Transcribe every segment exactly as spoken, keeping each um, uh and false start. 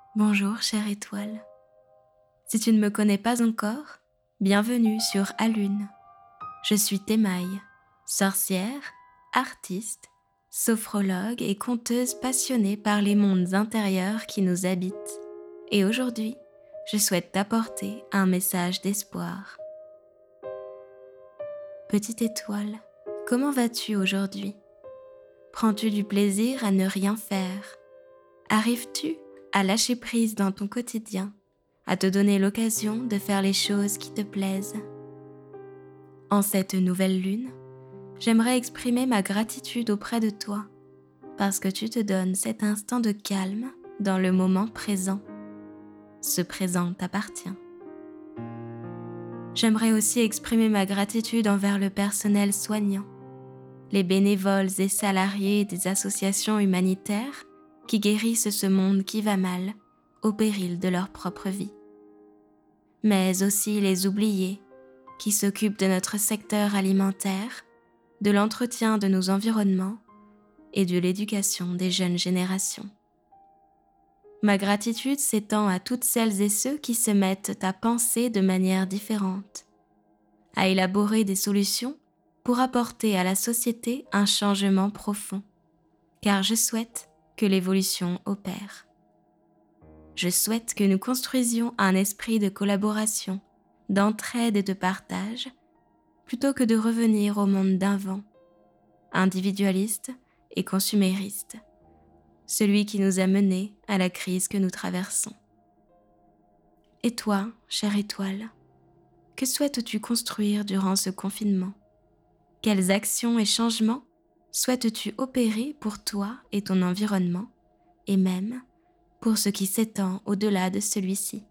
Bonjour chère étoile. Si tu ne me connais pas encore, bienvenue sur Alune. Je suis Thémaï, sorcière, artiste, sophrologue et conteuse passionnée par les mondes intérieurs qui nous habitent. Et aujourd'hui, je souhaite t'apporter un message d'espoir. Petite étoile, comment vas-tu aujourd'hui? Prends-tu du plaisir à ne rien faire? Arrives-tu à lâcher prise dans ton quotidien, à te donner l'occasion de faire les choses qui te plaisent? En cette nouvelle lune, j'aimerais exprimer ma gratitude auprès de toi, parce que tu te donnes cet instant de calme dans le moment présent. Ce présent t'appartient. J'aimerais aussi exprimer ma gratitude envers le personnel soignant, les bénévoles et salariés des associations humanitaires qui guérissent ce monde qui va mal au péril de leur propre vie. Mais aussi les oubliés qui s'occupent de notre secteur alimentaire, de l'entretien de nos environnements et de l'éducation des jeunes générations. Ma gratitude s'étend à toutes celles et ceux qui se mettent à penser de manière différente, à élaborer des solutions pour apporter à la société un changement profond, car je souhaite que l'évolution opère. Je souhaite que nous construisions un esprit de collaboration, d'entraide et de partage, plutôt que de revenir au monde d'avant, individualiste et consumériste, celui qui nous a menés à la crise que nous traversons. Et toi, chère étoile, que souhaites-tu construire durant ce confinement? Quelles actions et changements souhaites-tu opérer pour toi et ton environnement, et même pour ce qui s'étend au-delà de celui-ci?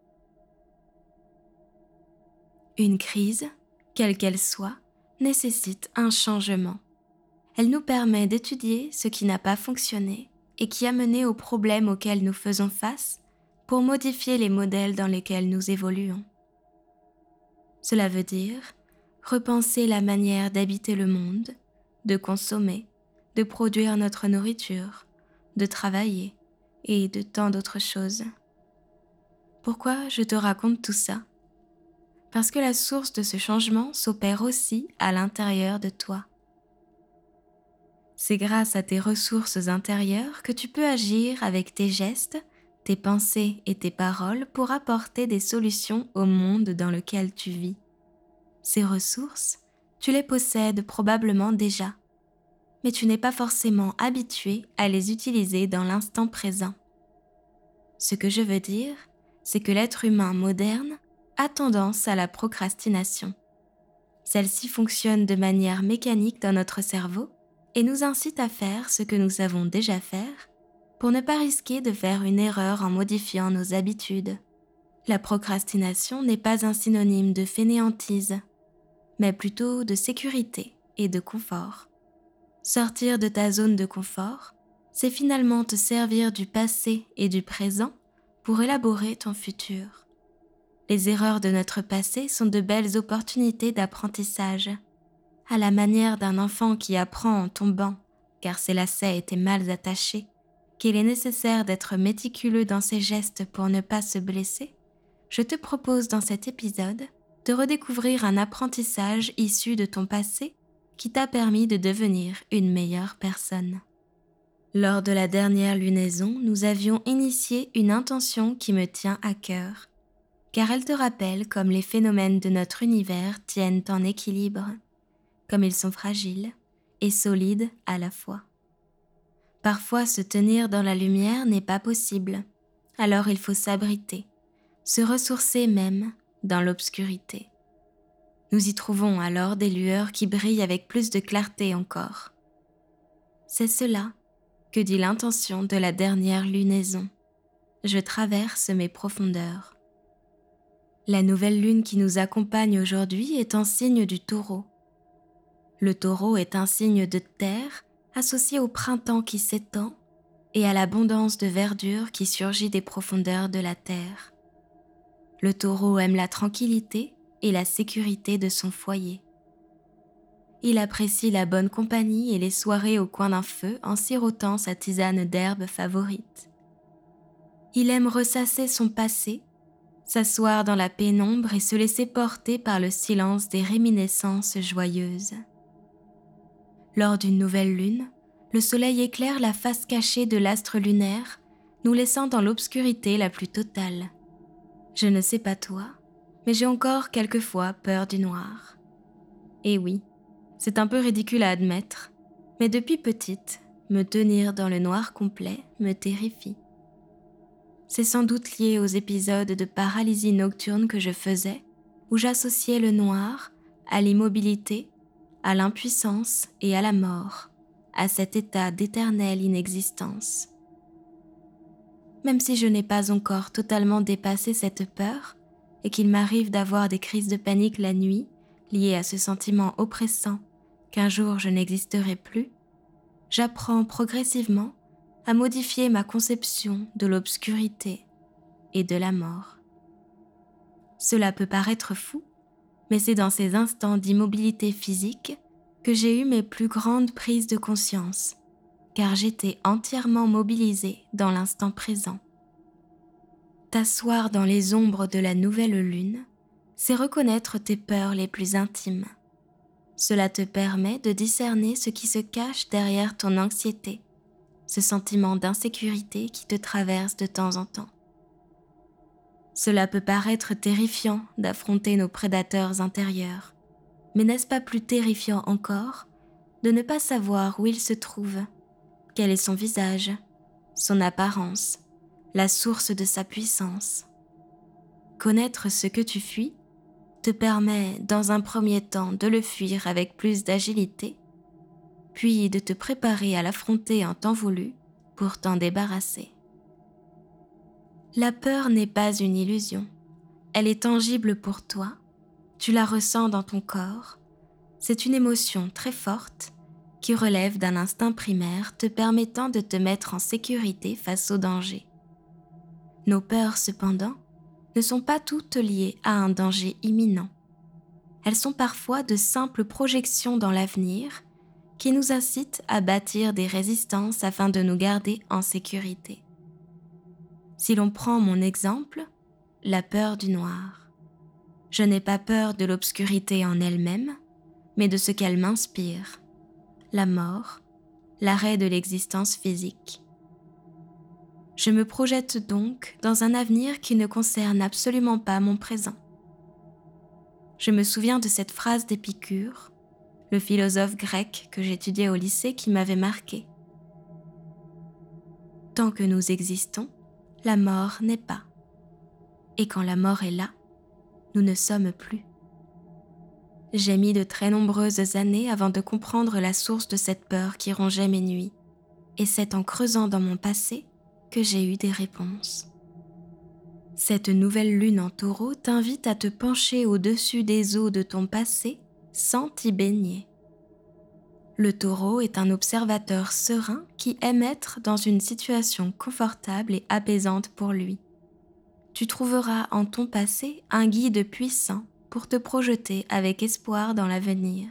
Une crise, quelle qu'elle soit, nécessite un changement. Elle nous permet d'étudier ce qui n'a pas fonctionné et qui a mené aux problèmes auxquels nous faisons face pour modifier les modèles dans lesquels nous évoluons. Cela veut dire repenser la manière d'habiter le monde, de consommer, de produire notre nourriture, de travailler et de tant d'autres choses. Pourquoi je te raconte tout ça? Parce que la source de ce changement s'opère aussi à l'intérieur de toi. C'est grâce à tes ressources intérieures que tu peux agir avec tes gestes, tes pensées et tes paroles pour apporter des solutions au monde dans lequel tu vis. Ces ressources, tu les possèdes probablement déjà, mais tu n'es pas forcément habitué à les utiliser dans l'instant présent. Ce que je veux dire, c'est que l'être humain moderne a tendance à la procrastination. Celle-ci fonctionne de manière mécanique dans notre cerveau et nous incite à faire ce que nous savons déjà faire pour ne pas risquer de faire une erreur en modifiant nos habitudes. La procrastination n'est pas un synonyme de fainéantise, mais plutôt de sécurité et de confort. Sortir de ta zone de confort, c'est finalement te servir du passé et du présent pour élaborer ton futur. Les erreurs de notre passé sont de belles opportunités d'apprentissage, à la manière d'un enfant qui apprend en tombant, car ses lacets étaient mal attachés, qu'il est nécessaire d'être méticuleux dans ses gestes pour ne pas se blesser. Je te propose dans cet épisode de redécouvrir un apprentissage issu de ton passé qui t'a permis de devenir une meilleure personne. Lors de la dernière lunaison, nous avions initié une intention qui me tient à cœur, car elle te rappelle comme les phénomènes de notre univers tiennent en équilibre, comme ils sont fragiles et solides à la fois. Parfois, se tenir dans la lumière n'est pas possible, alors il faut s'abriter, se ressourcer même dans l'obscurité. Nous y trouvons alors des lueurs qui brillent avec plus de clarté encore. C'est cela que dit l'intention de la dernière lunaison. Je traverse mes profondeurs. La nouvelle lune qui nous accompagne aujourd'hui est en signe du Taureau. Le Taureau est un signe de terre associé au printemps qui s'étend et à l'abondance de verdure qui surgit des profondeurs de la terre. Le Taureau aime la tranquillité et la sécurité de son foyer. Il apprécie la bonne compagnie et les soirées au coin d'un feu en sirotant sa tisane d'herbe favorite. Il aime ressasser son passé, s'asseoir dans la pénombre et se laisser porter par le silence des réminiscences joyeuses. Lors d'une nouvelle lune, le soleil éclaire la face cachée de l'astre lunaire, nous laissant dans l'obscurité la plus totale. Je ne sais pas toi, mais j'ai encore quelquefois peur du noir. Et oui, c'est un peu ridicule à admettre, mais depuis petite, me tenir dans le noir complet me terrifie. C'est sans doute lié aux épisodes de paralysie nocturne que je faisais, où j'associais le noir à l'immobilité, à l'impuissance et à la mort, à cet état d'éternelle inexistence. Même si je n'ai pas encore totalement dépassé cette peur, et qu'il m'arrive d'avoir des crises de panique la nuit, liées à ce sentiment oppressant qu'un jour je n'existerai plus, j'apprends progressivement à modifier ma conception de l'obscurité et de la mort. Cela peut paraître fou, mais c'est dans ces instants d'immobilité physique que j'ai eu mes plus grandes prises de conscience, car j'étais entièrement mobilisée dans l'instant présent. T'asseoir dans les ombres de la nouvelle lune, c'est reconnaître tes peurs les plus intimes. Cela te permet de discerner ce qui se cache derrière ton anxiété, ce sentiment d'insécurité qui te traverse de temps en temps. Cela peut paraître terrifiant d'affronter nos prédateurs intérieurs, mais n'est-ce pas plus terrifiant encore de ne pas savoir où il se trouve, quel est son visage, son apparence, la source de sa puissance. Connaître ce que tu fuis te permet, dans un premier temps, de le fuir avec plus d'agilité, puis de te préparer à l'affronter en temps voulu pour t'en débarrasser. La peur n'est pas une illusion, elle est tangible pour toi, tu la ressens dans ton corps, c'est une émotion très forte qui relève d'un instinct primaire te permettant de te mettre en sécurité face au danger. Nos peurs, cependant, ne sont pas toutes liées à un danger imminent. Elles sont parfois de simples projections dans l'avenir qui nous incitent à bâtir des résistances afin de nous garder en sécurité. Si l'on prend mon exemple, la peur du noir. Je n'ai pas peur de l'obscurité en elle-même, mais de ce qu'elle m'inspire, la mort, l'arrêt de l'existence physique. Je me projette donc dans un avenir qui ne concerne absolument pas mon présent. Je me souviens de cette phrase d'Épicure, le philosophe grec que j'étudiais au lycée qui m'avait marqué. Tant que nous existons, la mort n'est pas. Et quand la mort est là, nous ne sommes plus. J'ai mis de très nombreuses années avant de comprendre la source de cette peur qui rongeait mes nuits, et c'est en creusant dans mon passé que j'ai eu des réponses. Cette nouvelle lune en taureau t'invite à te pencher au-dessus des eaux de ton passé sans t'y baigner. Le taureau est un observateur serein qui aime être dans une situation confortable et apaisante pour lui. Tu trouveras en ton passé un guide puissant pour te projeter avec espoir dans l'avenir.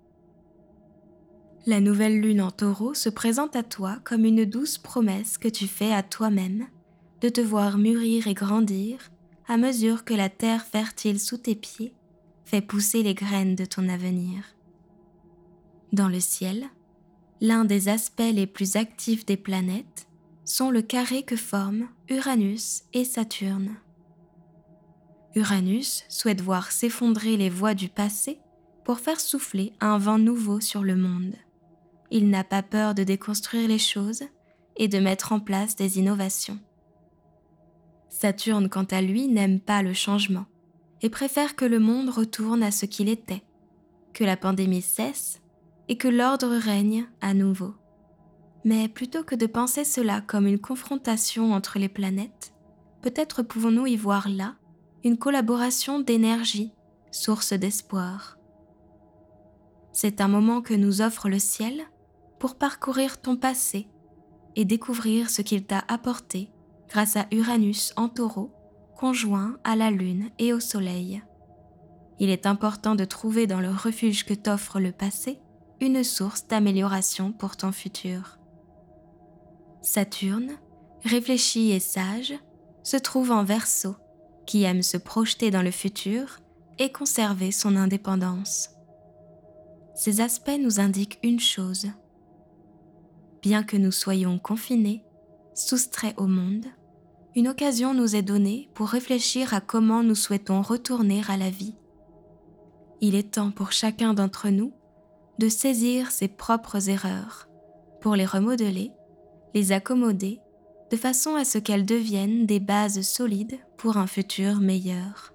La nouvelle lune en taureau se présente à toi comme une douce promesse que tu fais à toi-même de te voir mûrir et grandir à mesure que la terre fertile sous tes pieds fait pousser les graines de ton avenir. Dans le ciel, l'un des aspects les plus actifs des planètes sont le carré que forment Uranus et Saturne. Uranus souhaite voir s'effondrer les voies du passé pour faire souffler un vent nouveau sur le monde. Il n'a pas peur de déconstruire les choses et de mettre en place des innovations. Saturne, quant à lui, n'aime pas le changement et préfère que le monde retourne à ce qu'il était, que la pandémie cesse et que l'ordre règne à nouveau. Mais plutôt que de penser cela comme une confrontation entre les planètes, peut-être pouvons-nous y voir là une collaboration d'énergie, source d'espoir. C'est un moment que nous offre le ciel pour parcourir ton passé et découvrir ce qu'il t'a apporté grâce à Uranus en taureau, conjoint à la lune et au soleil. Il est important de trouver dans le refuge que t'offre le passé une source d'amélioration pour ton futur. Saturne, réfléchi et sage, se trouve en Verseau, qui aime se projeter dans le futur et conserver son indépendance. Ces aspects nous indiquent une chose. Bien que nous soyons confinés, soustraits au monde, une occasion nous est donnée pour réfléchir à comment nous souhaitons retourner à la vie. Il est temps pour chacun d'entre nous de saisir ses propres erreurs, pour les remodeler, les accommoder, de façon à ce qu'elles deviennent des bases solides pour un futur meilleur.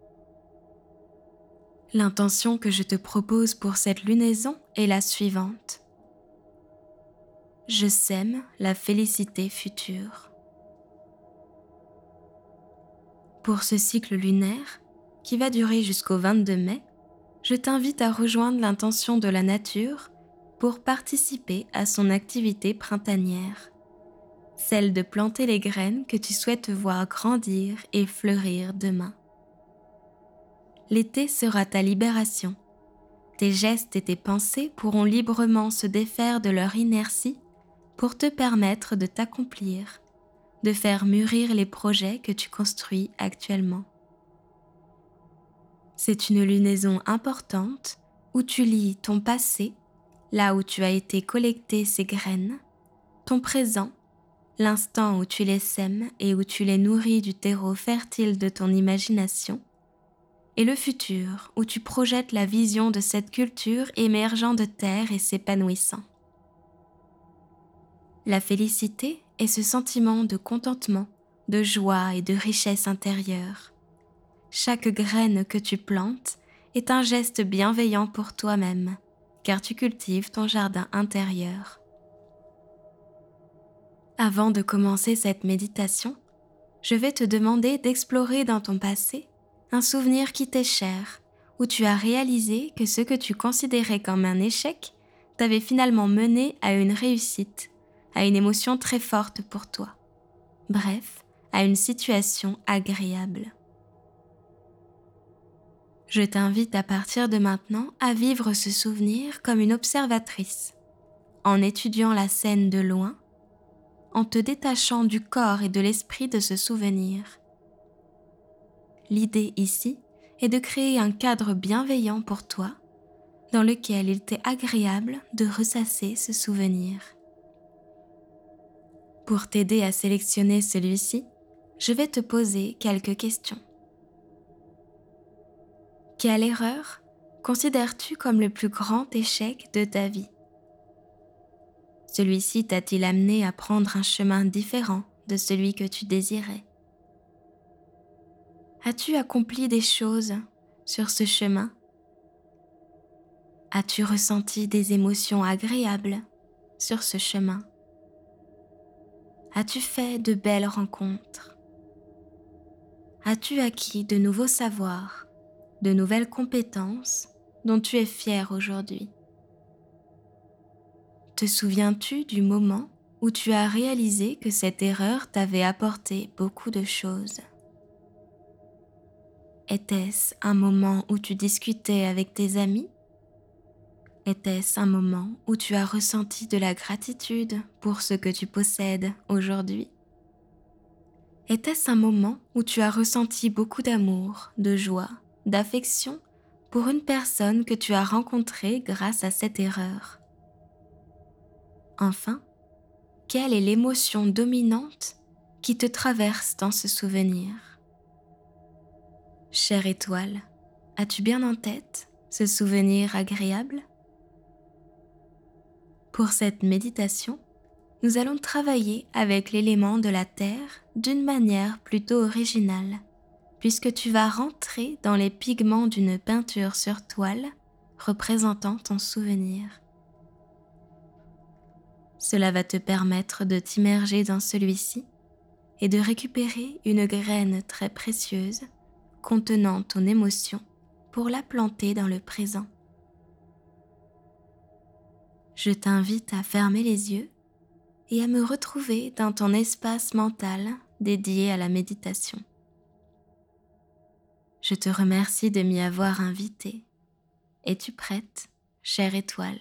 L'intention que je te propose pour cette lunaison est la suivante. Je sème la félicité future. Pour ce cycle lunaire, qui va durer jusqu'au vingt-deux mai, je t'invite à rejoindre l'intention de la nature pour participer à son activité printanière, celle de planter les graines que tu souhaites voir grandir et fleurir demain. L'été sera ta libération. Tes gestes et tes pensées pourront librement se défaire de leur inertie pour te permettre de t'accomplir, de faire mûrir les projets que tu construis actuellement. C'est une lunaison importante où tu lis ton passé, là où tu as été collecter ces graines, ton présent, l'instant où tu les sèmes et où tu les nourris du terreau fertile de ton imagination, et le futur où tu projettes la vision de cette culture émergeant de terre et s'épanouissant. La félicité est ce sentiment de contentement, de joie et de richesse intérieure. Chaque graine que tu plantes est un geste bienveillant pour toi-même, car tu cultives ton jardin intérieur. Avant de commencer cette méditation, je vais te demander d'explorer dans ton passé un souvenir qui t'est cher, où tu as réalisé que ce que tu considérais comme un échec t'avait finalement mené à une réussite, à une émotion très forte pour toi. Bref, à une situation agréable. Je t'invite à partir de maintenant à vivre ce souvenir comme une observatrice, en étudiant la scène de loin, en te détachant du corps et de l'esprit de ce souvenir. L'idée ici est de créer un cadre bienveillant pour toi, dans lequel il t'est agréable de ressasser ce souvenir. Pour t'aider à sélectionner celui-ci, je vais te poser quelques questions. Quelle erreur considères-tu comme le plus grand échec de ta vie? Celui-ci t'a-t-il amené à prendre un chemin différent de celui que tu désirais? As-tu accompli des choses sur ce chemin? As-tu ressenti des émotions agréables sur ce chemin? As-tu fait de belles rencontres? As-tu acquis de nouveaux savoirs, de nouvelles compétences dont tu es fier aujourd'hui? Te souviens-tu du moment où tu as réalisé que cette erreur t'avait apporté beaucoup de choses? Était-ce un moment où tu discutais avec tes amis? Était-ce un moment où tu as ressenti de la gratitude pour ce que tu possèdes aujourd'hui? Était-ce un moment où tu as ressenti beaucoup d'amour, de joie, d'affection pour une personne que tu as rencontrée grâce à cette erreur? Enfin, quelle est l'émotion dominante qui te traverse dans ce souvenir? Chère étoile, as-tu bien en tête ce souvenir agréable? Pour cette méditation, nous allons travailler avec l'élément de la terre d'une manière plutôt originale, puisque tu vas rentrer dans les pigments d'une peinture sur toile représentant ton souvenir. Cela va te permettre de t'immerger dans celui-ci et de récupérer une graine très précieuse contenant ton émotion pour la planter dans le présent. Je t'invite à fermer les yeux et à me retrouver dans ton espace mental dédié à la méditation. Je te remercie de m'y avoir invité. Es-tu prête, chère étoile?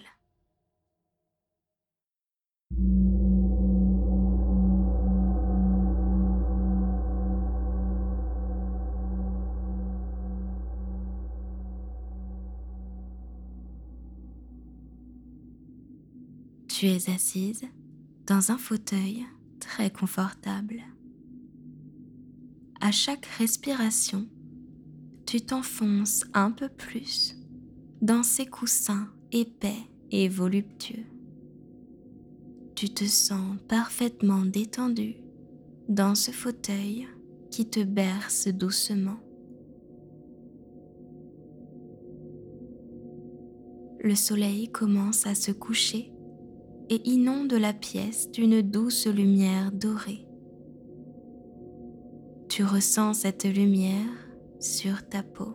Tu es assise dans un fauteuil très confortable. À chaque respiration, tu t'enfonces un peu plus dans ces coussins épais et voluptueux. Tu te sens parfaitement détendu dans ce fauteuil qui te berce doucement. Le soleil commence à se coucher et inonde la pièce d'une douce lumière dorée. Tu ressens cette lumière sur ta peau.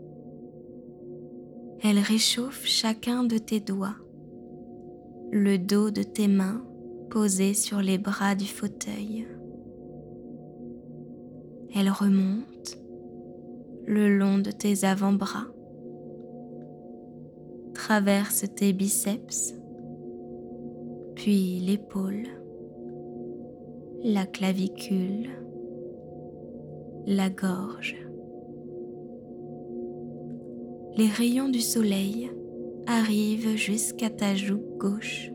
Elle réchauffe chacun de tes doigts, le dos de tes mains posé sur les bras du fauteuil. Elle remonte le long de tes avant-bras, traverse tes biceps, puis l'épaule, la clavicule, la gorge. Les rayons du soleil arrivent jusqu'à ta joue gauche,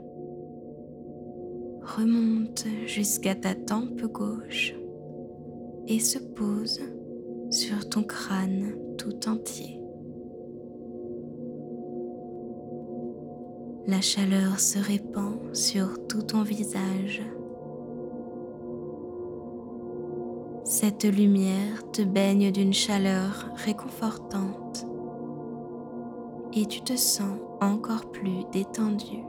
remontent jusqu'à ta tempe gauche et se posent sur ton crâne tout entier. La chaleur se répand sur tout ton visage. Cette lumière te baigne d'une chaleur réconfortante et tu te sens encore plus détendu.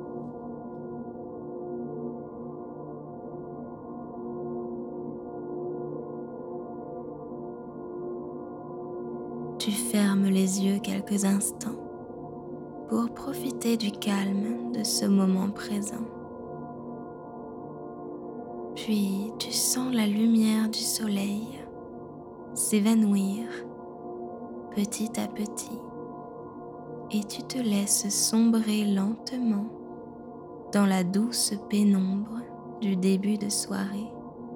Tu fermes les yeux quelques instants pour profiter du calme de ce moment présent. Puis tu sens la lumière du soleil s'évanouir petit à petit et tu te laisses sombrer lentement dans la douce pénombre du début de soirée.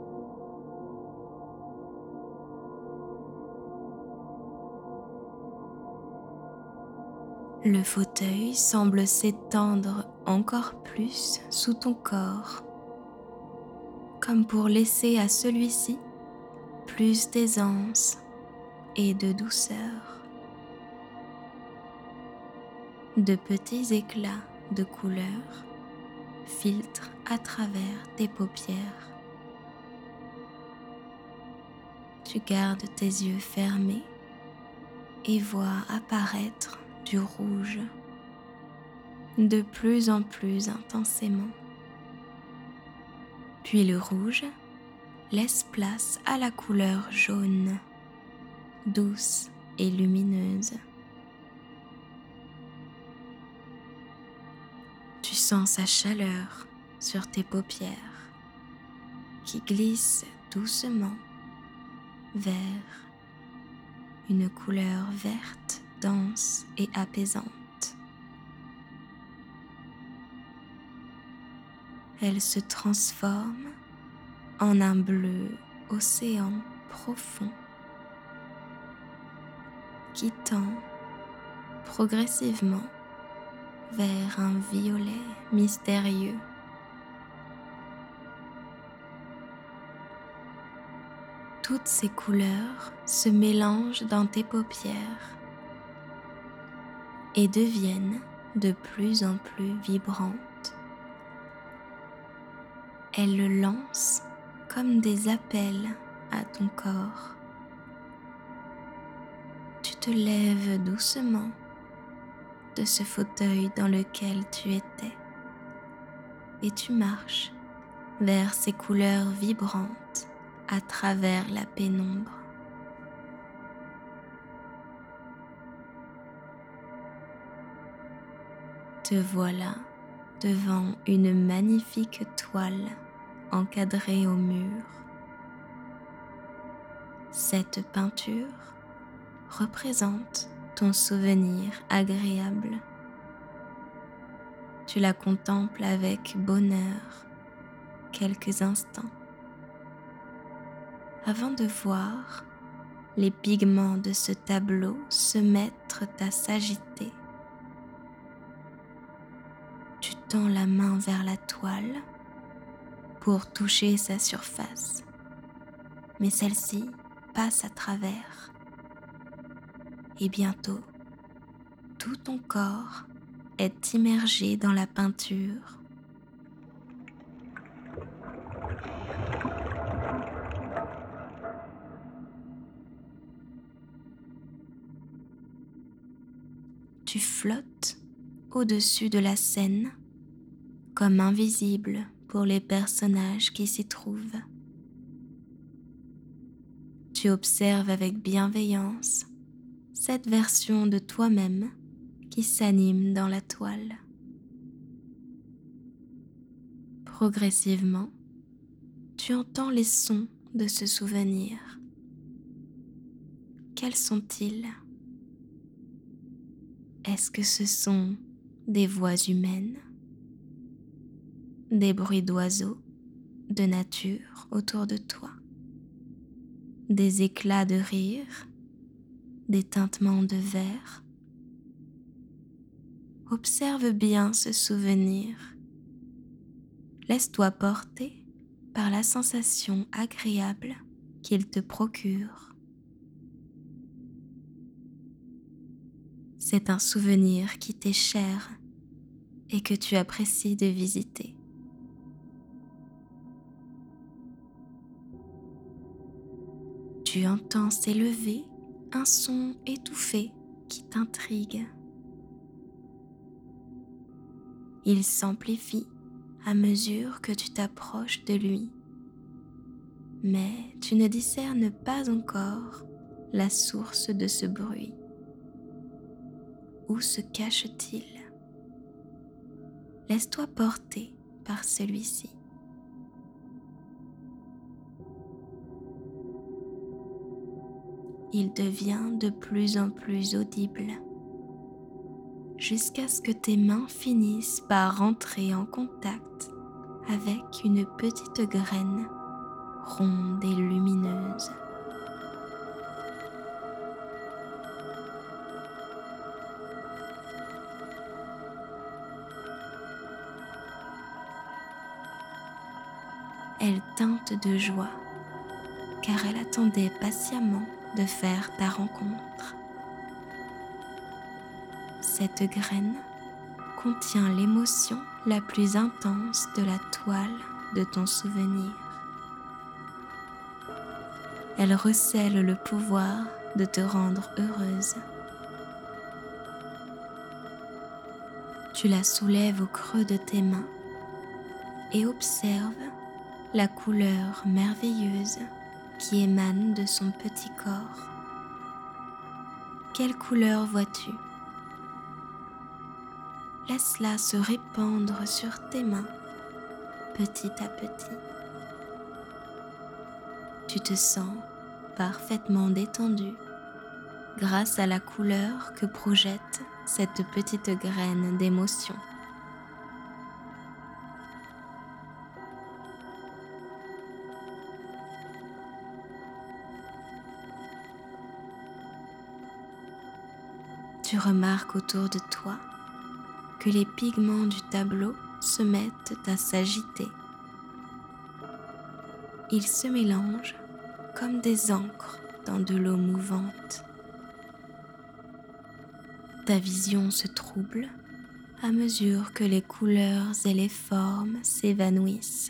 Le fauteuil semble s'étendre encore plus sous ton corps, comme pour laisser à celui-ci plus d'aisance et de douceur. De petits éclats de couleurs filtrent à travers tes paupières. Tu gardes tes yeux fermés et vois apparaître du rouge de plus en plus intensément. Puis le rouge laisse place à la couleur jaune, douce et lumineuse. Tu sens sa chaleur sur tes paupières qui glissent doucement vers une couleur verte, dense et apaisante. Elle se transforme en un bleu océan profond qui tend progressivement vers un violet mystérieux. Toutes ces couleurs se mélangent dans tes paupières et deviennent de plus en plus vibrantes. Elles le lancent comme des appels à ton corps. Tu te lèves doucement de ce fauteuil dans lequel tu étais et tu marches vers ces couleurs vibrantes à travers la pénombre. Te voilà devant une magnifique toile encadrée au mur. Cette peinture représente ton souvenir agréable. Tu la contemples avec bonheur quelques instants avant de voir les pigments de ce tableau se mettre à s'agiter. Tu tends la main vers la toile pour toucher sa surface, mais celle-ci passe à travers et bientôt tout ton corps est immergé dans la peinture. Tu flottes au-dessus de la scène, comme invisible pour les personnages qui s'y trouvent. Tu observes avec bienveillance cette version de toi-même qui s'anime dans la toile. Progressivement, tu entends les sons de ce souvenir. Quels sont-ils ? Est-ce que ce sont des voix humaines, des bruits d'oiseaux, de nature autour de toi, des éclats de rire, des tintements de verre? Observe bien ce souvenir. Laisse-toi porter par la sensation agréable qu'il te procure. C'est un souvenir qui t'est cher et que tu apprécies de visiter. Tu entends s'élever un son étouffé qui t'intrigue. Il s'amplifie à mesure que tu t'approches de lui, mais tu ne discernes pas encore la source de ce bruit. Où se cache-t-il ? Laisse-toi porter par celui-ci. Il devient de plus en plus audible, jusqu'à ce que tes mains finissent par rentrer en contact avec une petite graine ronde et lumineuse. Elle teinte de joie, car elle attendait patiemment de faire ta rencontre. Cette graine contient l'émotion la plus intense de la toile de ton souvenir. Elle recèle le pouvoir de te rendre heureuse. Tu la soulèves au creux de tes mains et observe la couleur merveilleuse qui émane de son petit corps. Quelle couleur vois-tu ? Laisse-la se répandre sur tes mains, petit à petit. Tu te sens parfaitement détendu grâce à la couleur que projette cette petite graine d'émotion. Tu remarques autour de toi que les pigments du tableau se mettent à s'agiter. Ils se mélangent comme des encres dans de l'eau mouvante. Ta vision se trouble à mesure que les couleurs et les formes s'évanouissent.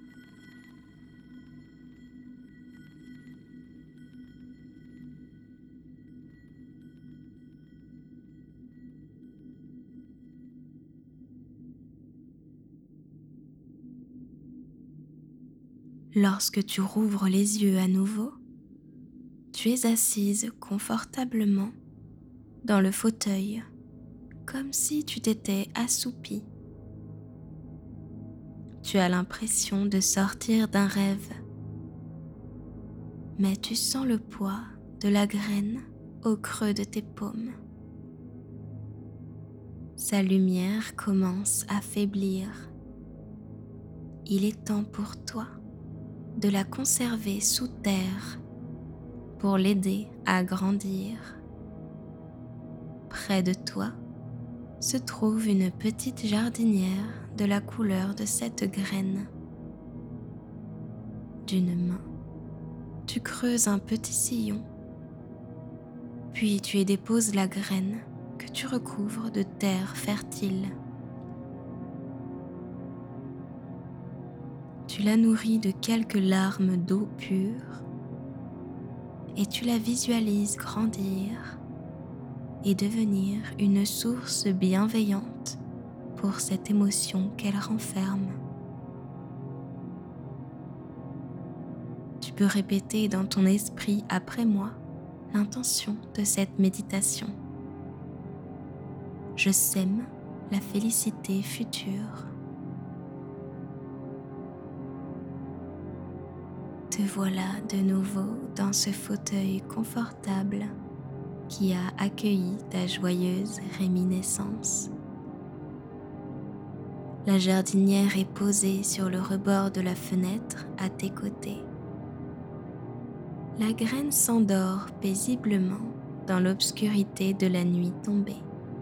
Lorsque tu rouvres les yeux à nouveau, tu es assise confortablement dans le fauteuil, comme si tu t'étais assoupie. Tu as l'impression de sortir d'un rêve, mais tu sens le poids de la graine au creux de tes paumes. Sa lumière commence à faiblir. Il est temps pour toi de la conserver sous terre pour l'aider à grandir. Près de toi se trouve une petite jardinière de la couleur de cette graine. D'une main, tu creuses un petit sillon, puis tu y déposes la graine que tu recouvres de terre fertile. Tu la nourris de quelques larmes d'eau pure et tu la visualises grandir et devenir une source bienveillante pour cette émotion qu'elle renferme. Tu peux répéter dans ton esprit après moi l'intention de cette méditation. Je sème la félicité future. Te voilà de nouveau dans ce fauteuil confortable qui a accueilli ta joyeuse réminiscence. La jardinière est posée sur le rebord de la fenêtre à tes côtés. La graine s'endort paisiblement dans l'obscurité de la nuit tombée.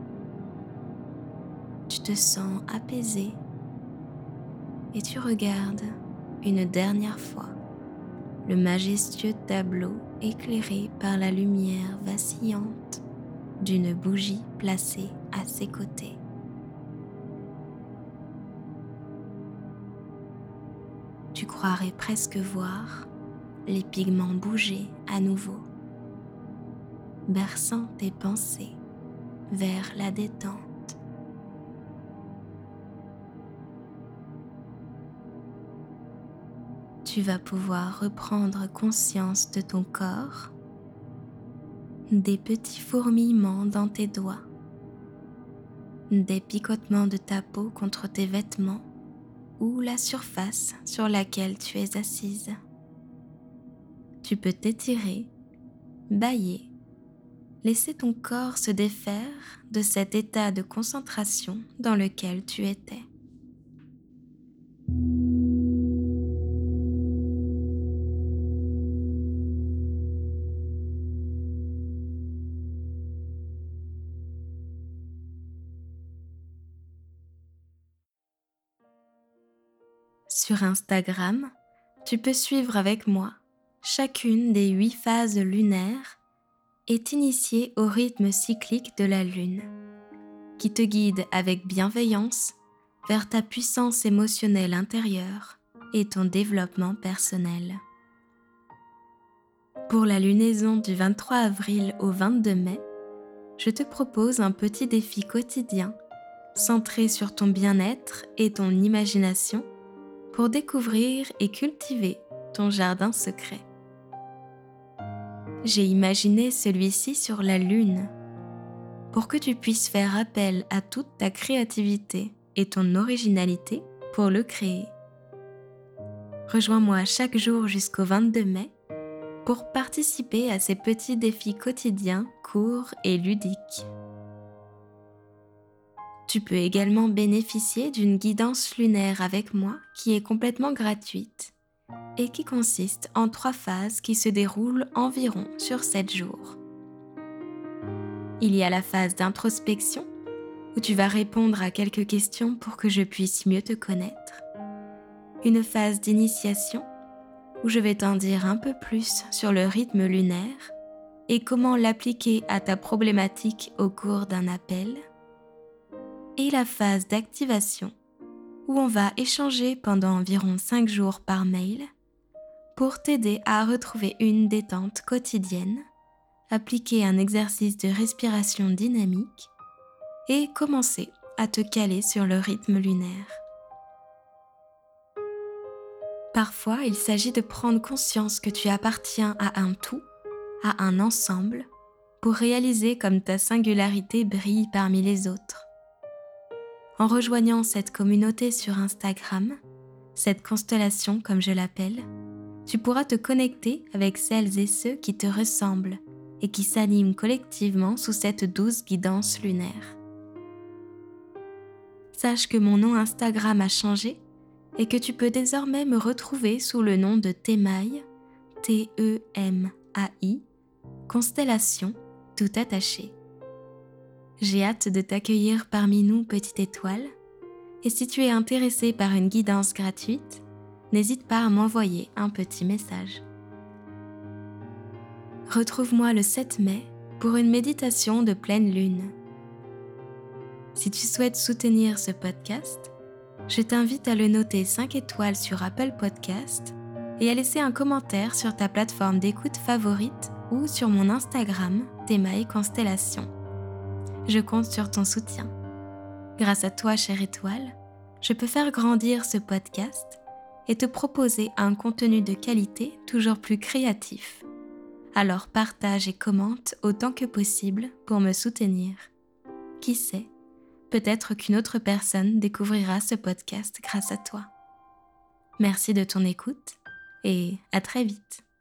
Tu te sens apaisé et tu regardes une dernière fois le majestueux tableau éclairé par la lumière vacillante d'une bougie placée à ses côtés. Tu croirais presque voir les pigments bouger à nouveau, berçant tes pensées vers la détente. Tu vas pouvoir reprendre conscience de ton corps, des petits fourmillements dans tes doigts, des picotements de ta peau contre tes vêtements ou la surface sur laquelle tu es assise. Tu peux t'étirer, bâiller, laisser ton corps se défaire de cet état de concentration dans lequel tu étais. Sur Instagram, tu peux suivre avec moi chacune des huit phases lunaires et t'initier au rythme cyclique de la Lune, qui te guide avec bienveillance vers ta puissance émotionnelle intérieure et ton développement personnel. Pour la lunaison du vingt-trois avril au vingt-deux mai, je te propose un petit défi quotidien centré sur ton bien-être et ton imagination pour découvrir et cultiver ton jardin secret. J'ai imaginé celui-ci sur la Lune pour que tu puisses faire appel à toute ta créativité et ton originalité pour le créer. Rejoins-moi chaque jour jusqu'au vingt-deux mai pour participer à ces petits défis quotidiens, courts et ludiques. Tu peux également bénéficier d'une guidance lunaire avec moi qui est complètement gratuite et qui consiste en trois phases qui se déroulent environ sur sept jours. Il y a la phase d'introspection où tu vas répondre à quelques questions pour que je puisse mieux te connaître. Une phase d'initiation où je vais t'en dire un peu plus sur le rythme lunaire et comment l'appliquer à ta problématique au cours d'un appel. Et la phase d'activation où on va échanger pendant environ cinq jours par mail pour t'aider à retrouver une détente quotidienne, appliquer un exercice de respiration dynamique et commencer à te caler sur le rythme lunaire. Parfois, il s'agit de prendre conscience que tu appartiens à un tout, à un ensemble, pour réaliser comme ta singularité brille parmi les autres. En rejoignant cette communauté sur Instagram, cette constellation comme je l'appelle, tu pourras te connecter avec celles et ceux qui te ressemblent et qui s'animent collectivement sous cette douce guidance lunaire. Sache que mon nom Instagram a changé et que tu peux désormais me retrouver sous le nom de Temaï, T E M A I, constellation tout attaché. J'ai hâte de t'accueillir parmi nous, petite étoile, Et si tu es intéressé par une guidance gratuite, n'hésite pas à m'envoyer un petit message. Retrouve-moi le sept mai pour une méditation de pleine lune. Si tu souhaites soutenir ce podcast, je t'invite à le noter cinq étoiles sur Apple Podcast et à laisser un commentaire sur ta plateforme d'écoute favorite ou sur mon Instagram Thémae Constellation. Je compte sur ton soutien. Grâce à toi, chère étoile, je peux faire grandir ce podcast et te proposer un contenu de qualité toujours plus créatif. Alors partage et commente autant que possible pour me soutenir. Qui sait, peut-être qu'une autre personne découvrira ce podcast grâce à toi. Merci de ton écoute et à très vite.